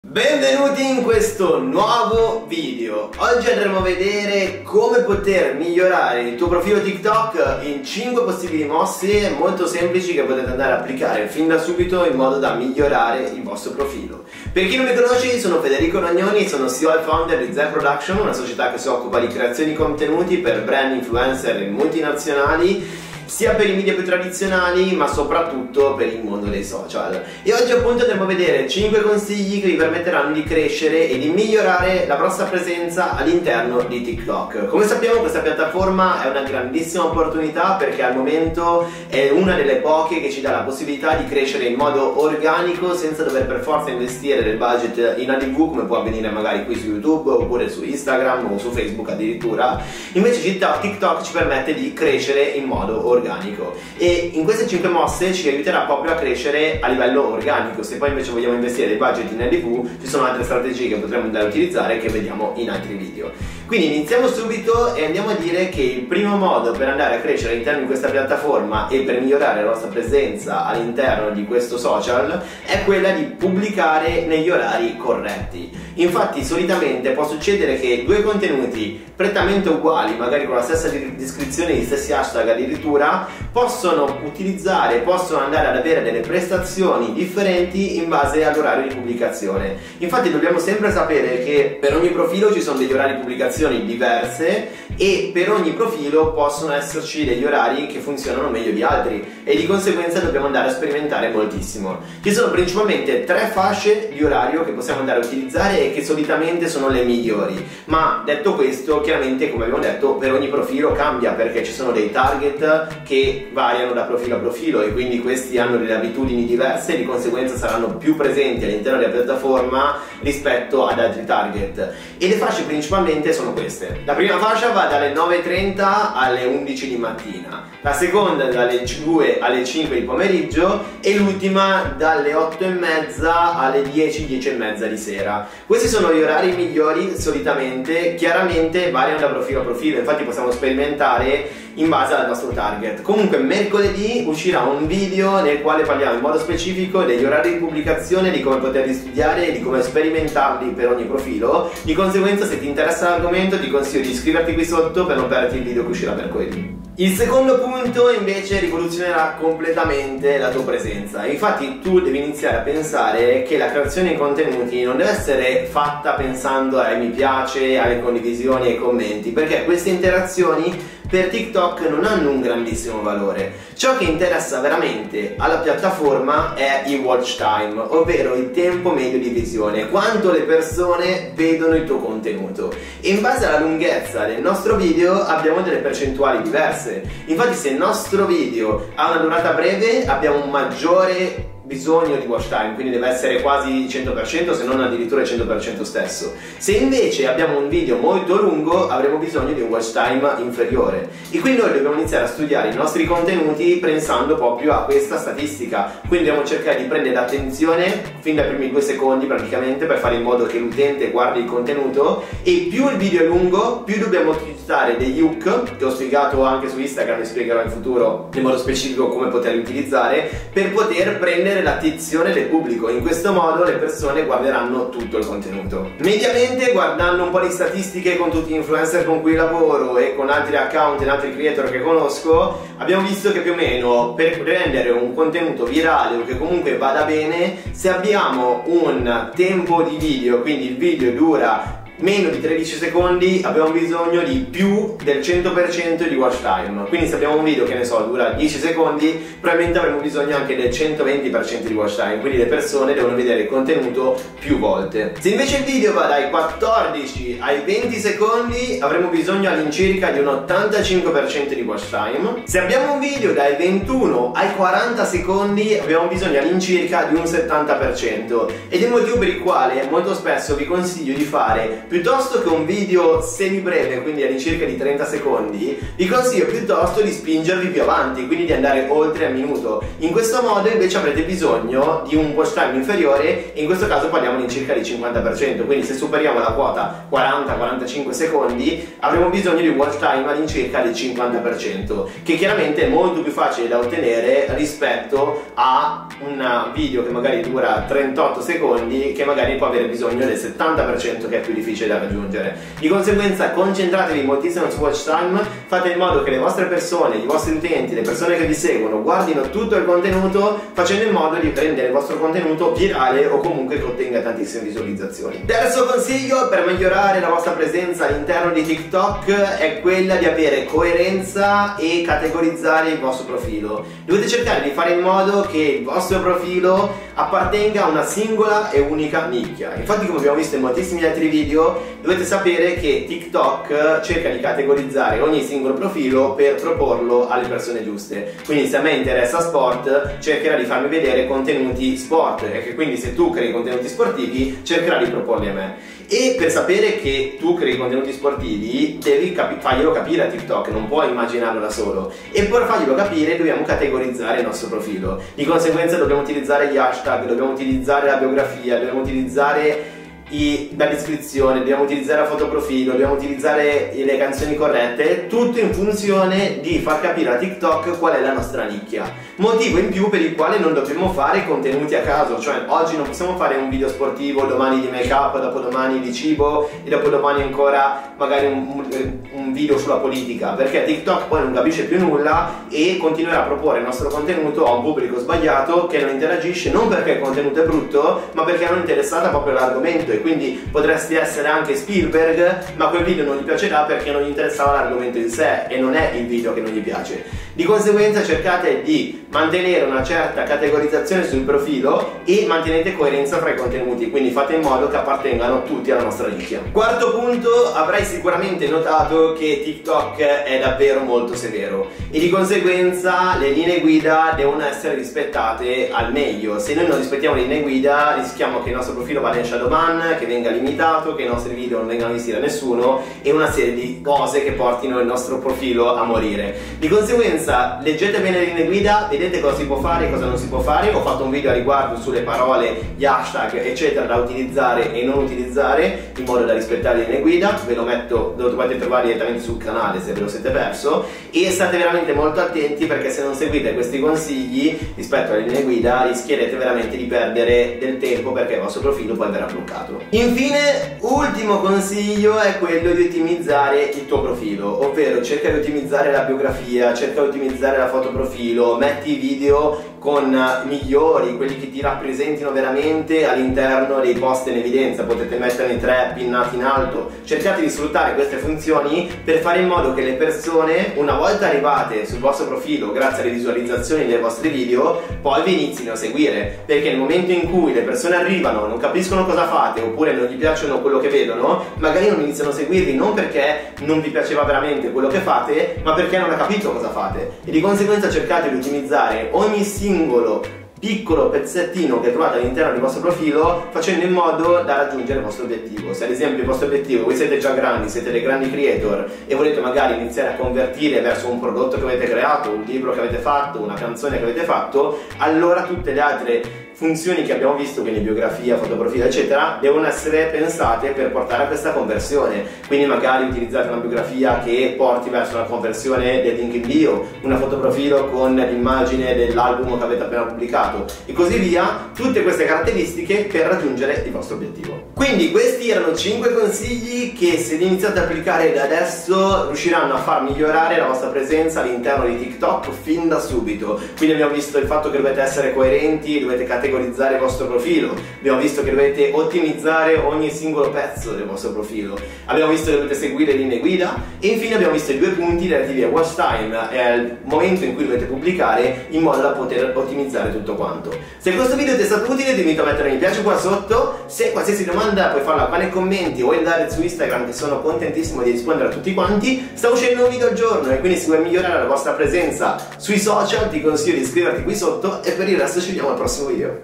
Benvenuti in questo nuovo video. Oggi andremo a vedere come poter migliorare il tuo profilo TikTok in 5 possibili mosse molto semplici che potete andare a applicare fin da subito in modo da migliorare il vostro profilo. Per chi non mi conosce, sono Federico Ragnoni, sono CEO e founder di Zen Production, una società che si occupa di creazione di contenuti per brand, influencer e multinazionali, sia per i media più tradizionali ma soprattutto per il mondo dei social. E oggi appunto andremo a vedere 5 consigli che vi permetteranno di crescere e di migliorare la vostra presenza all'interno di TikTok. Come sappiamo, questa piattaforma è una grandissima opportunità perché al momento è una delle poche che ci dà la possibilità di crescere in modo organico senza dover per forza investire del budget in ADV, come può avvenire magari qui su YouTube oppure su Instagram o su Facebook addirittura. Invece TikTok ci permette di crescere in modo organico. E in queste 5 mosse ci aiuterà proprio a crescere a livello organico. Se poi invece vogliamo investire dei budget in ADV, ci sono altre strategie che potremo andare a utilizzare che vediamo in altri video. Quindi iniziamo subito e andiamo a dire che il primo modo per andare a crescere all'interno di questa piattaforma e per migliorare la nostra presenza all'interno di questo social è quella di pubblicare negli orari corretti. Infatti solitamente può succedere che due contenuti prettamente uguali, magari con la stessa descrizione, gli stessi hashtag addirittura, possono andare ad avere delle prestazioni differenti in base all'orario di pubblicazione. Infatti dobbiamo sempre sapere che per ogni profilo ci sono degli orari di pubblicazione diverse e per ogni profilo possono esserci degli orari che funzionano meglio di altri e di conseguenza dobbiamo andare a sperimentare moltissimo. Ci sono principalmente 3 fasce di orario che possiamo andare a utilizzare e che solitamente sono le migliori, ma detto questo, chiaramente come abbiamo detto, per ogni profilo cambia perché ci sono dei target che variano da profilo a profilo e quindi questi hanno delle abitudini diverse e di conseguenza saranno più presenti all'interno della piattaforma rispetto ad altri target. E le fasce principalmente sono queste: la prima fascia va dalle 9:30 alle 11 di mattina, la seconda dalle 2 alle 5 di pomeriggio e l'ultima dalle 8:30 alle 10:30 di sera. Questi sono gli orari migliori solitamente, chiaramente variano da profilo a profilo, infatti possiamo sperimentare in base al nostro target. Comunque mercoledì uscirà un video nel quale parliamo in modo specifico degli orari di pubblicazione, di come poterli studiare e di come sperimentarli per ogni profilo. Di conseguenza, se ti interessa l'argomento, ti consiglio di iscriverti qui sotto per non perderti il video che uscirà mercoledì. Il secondo punto invece rivoluzionerà completamente la tua presenza. Infatti tu devi iniziare a pensare che la creazione di contenuti non deve essere fatta pensando ai mi piace, alle condivisioni e ai commenti, perché queste interazioni per TikTok non hanno un grandissimo valore. Ciò che interessa veramente alla piattaforma è il watch time, ovvero il tempo medio di visione, quanto le persone vedono il tuo contenuto. E in base alla lunghezza del nostro video abbiamo delle percentuali diverse. Infatti se il nostro video ha una durata breve abbiamo un maggiore bisogno di watch time, quindi deve essere quasi 100%, se non addirittura il 100% stesso. Se invece abbiamo un video molto lungo avremo bisogno di un watch time inferiore e quindi noi dobbiamo iniziare a studiare i nostri contenuti pensando proprio a questa statistica. Quindi dobbiamo cercare di prendere attenzione fin dai primi 2 secondi praticamente per fare in modo che l'utente guardi il contenuto, e più il video è lungo più dobbiamo utilizzare degli hook che ho spiegato anche su Instagram, vi spiegherò in futuro in modo specifico come poterli utilizzare per poter prendere l'attenzione del pubblico. In questo modo le persone guarderanno tutto il contenuto. Mediamente, guardando un po' di statistiche con tutti gli influencer con cui lavoro e con altri account e altri creator che conosco, abbiamo visto che più o meno per rendere un contenuto virale o che comunque vada bene, se abbiamo un tempo di video, quindi il video dura meno di 13 secondi, abbiamo bisogno di più del 100% di watch time. Quindi se abbiamo un video che ne so dura 10 secondi, probabilmente avremo bisogno anche del 120% di watch time, quindi le persone devono vedere il contenuto più volte. Se invece il video va dai 14 ai 20 secondi avremo bisogno all'incirca di un 85% di watch time. Se abbiamo un video dai 21 ai 40 secondi abbiamo bisogno all'incirca di un 70%, ed è il motivo per il quale molto spesso vi consiglio di fare piuttosto che un video semi breve, quindi all'incirca di 30 secondi, vi consiglio piuttosto di spingervi più avanti, quindi di andare oltre al minuto. In questo modo invece avrete bisogno di un watch time inferiore, e in questo caso parliamo di circa di 50%, quindi se superiamo la quota 40-45 secondi avremo bisogno di un watch time all'incirca del 50%, che chiaramente è molto più facile da ottenere rispetto a un video che magari dura 38 secondi, che magari può avere bisogno del 70%, che è più difficile da raggiungere. Di conseguenza concentratevi moltissimo su watch time, fate in modo che le vostre persone, i vostri utenti, le persone che vi seguono guardino tutto il contenuto, facendo in modo di rendere il vostro contenuto virale o comunque che ottenga tantissime visualizzazioni. Terzo consiglio per migliorare la vostra presenza all'interno di TikTok è quella di avere coerenza e categorizzare il vostro profilo. Dovete cercare di fare in modo che il vostro profilo appartenga a una singola e unica nicchia. Infatti, come abbiamo visto in moltissimi altri video, dovete sapere che TikTok cerca di categorizzare ogni singolo profilo per proporlo alle persone giuste. Quindi se a me interessa sport, cercherà di farmi vedere contenuti sport, e che quindi se tu crei contenuti sportivi cercherà di proporli a me. E per sapere che tu crei contenuti sportivi devi farglielo capire a TikTok, non puoi immaginarlo da solo, e per farglielo capire dobbiamo categorizzare il nostro profilo. Di conseguenza dobbiamo utilizzare gli hashtag, dobbiamo utilizzare la biografia, dobbiamo utilizzare la descrizione, dobbiamo utilizzare la fotoprofilo, dobbiamo utilizzare le canzoni corrette, tutto in funzione di far capire a TikTok qual è la nostra nicchia. Motivo in più per il quale non dovremmo fare contenuti a caso, cioè oggi non possiamo fare un video sportivo, domani di make up, dopodomani di cibo e dopodomani ancora magari un video sulla politica, perché TikTok poi non capisce più nulla e continuerà a proporre il nostro contenuto a un pubblico sbagliato che non interagisce, non perché il contenuto è brutto, ma perché non è interessata proprio all'argomento. Quindi potresti essere anche Spielberg, ma quel video non gli piacerà perché non gli interessava l'argomento in sé e non è il video che non gli piace. Di conseguenza cercate di mantenere una certa categorizzazione sul profilo e mantenete coerenza fra i contenuti, quindi fate in modo che appartengano tutti alla nostra nicchia. Quarto punto, avrai sicuramente notato che TikTok è davvero molto severo e di conseguenza le linee guida devono essere rispettate al meglio. Se noi non rispettiamo le linee guida rischiamo che il nostro profilo vada in shadow ban, che venga limitato, che i nostri video non vengano visti da nessuno e una serie di cose che portino il nostro profilo a morire. Di conseguenza leggete bene le linee guida, vedete cosa si può fare e cosa non si può fare. Ho fatto un video a riguardo sulle parole, gli hashtag eccetera da utilizzare e non utilizzare in modo da rispettare le linee guida, ve lo metto, lo potete trovare direttamente sul canale se ve lo siete perso, e state veramente molto attenti perché se non seguite questi consigli rispetto alle linee guida rischierete veramente di perdere del tempo perché il vostro profilo poi verrà bloccato. Infine, ultimo consiglio è quello di ottimizzare il tuo profilo, ovvero cerca di ottimizzare la biografia, cerca di ottimizzare la fotoprofilo, metti i video con migliori, quelli che ti rappresentino veramente all'interno dei post in evidenza, potete metterne 3 pinnati in alto. Cercate di sfruttare queste funzioni per fare in modo che le persone, una volta arrivate sul vostro profilo grazie alle visualizzazioni dei vostri video, poi vi inizino a seguire, perché nel momento in cui le persone arrivano, non capiscono cosa fate oppure non gli piacciono quello che vedono, magari non iniziano a seguirvi non perché non vi piaceva veramente quello che fate, ma perché non ha capito cosa fate, e di conseguenza cercate di ottimizzare ogni singolo piccolo pezzettino che trovate all'interno del vostro profilo, facendo in modo da raggiungere il vostro obiettivo. Se ad esempio il vostro obiettivo, voi siete già grandi, siete dei grandi creator e volete magari iniziare a convertire verso un prodotto che avete creato, un libro che avete fatto, una canzone che avete fatto, allora tutte le altre funzioni che abbiamo visto, quindi biografia, fotoprofilo eccetera, devono essere pensate per portare a questa conversione. Quindi magari utilizzate una biografia che porti verso una conversione del link in bio, una fotoprofilo con l'immagine dell'album che avete appena pubblicato e così via, tutte queste caratteristiche per raggiungere il vostro obiettivo. Quindi questi erano 5 consigli che se li iniziate ad applicare da adesso riusciranno a far migliorare la vostra presenza all'interno di TikTok fin da subito. Quindi abbiamo visto il fatto che dovete essere coerenti, dovete categorizzare il vostro profilo, abbiamo visto che dovete ottimizzare ogni singolo pezzo del vostro profilo, abbiamo visto che dovete seguire le linee guida e infine abbiamo visto i 2 punti relativi a watch time e al momento in cui dovete pubblicare in modo da poter ottimizzare tutto quanto. Se questo video ti è stato utile ti invito a mettere mi piace qua sotto, se qualsiasi domanda puoi farla qua nei commenti o andare su Instagram che sono contentissimo di rispondere a tutti quanti. Sta uscendo un video al giorno e quindi se vuoi migliorare la vostra presenza sui social ti consiglio di iscriverti qui sotto e per il resto ci vediamo al prossimo video.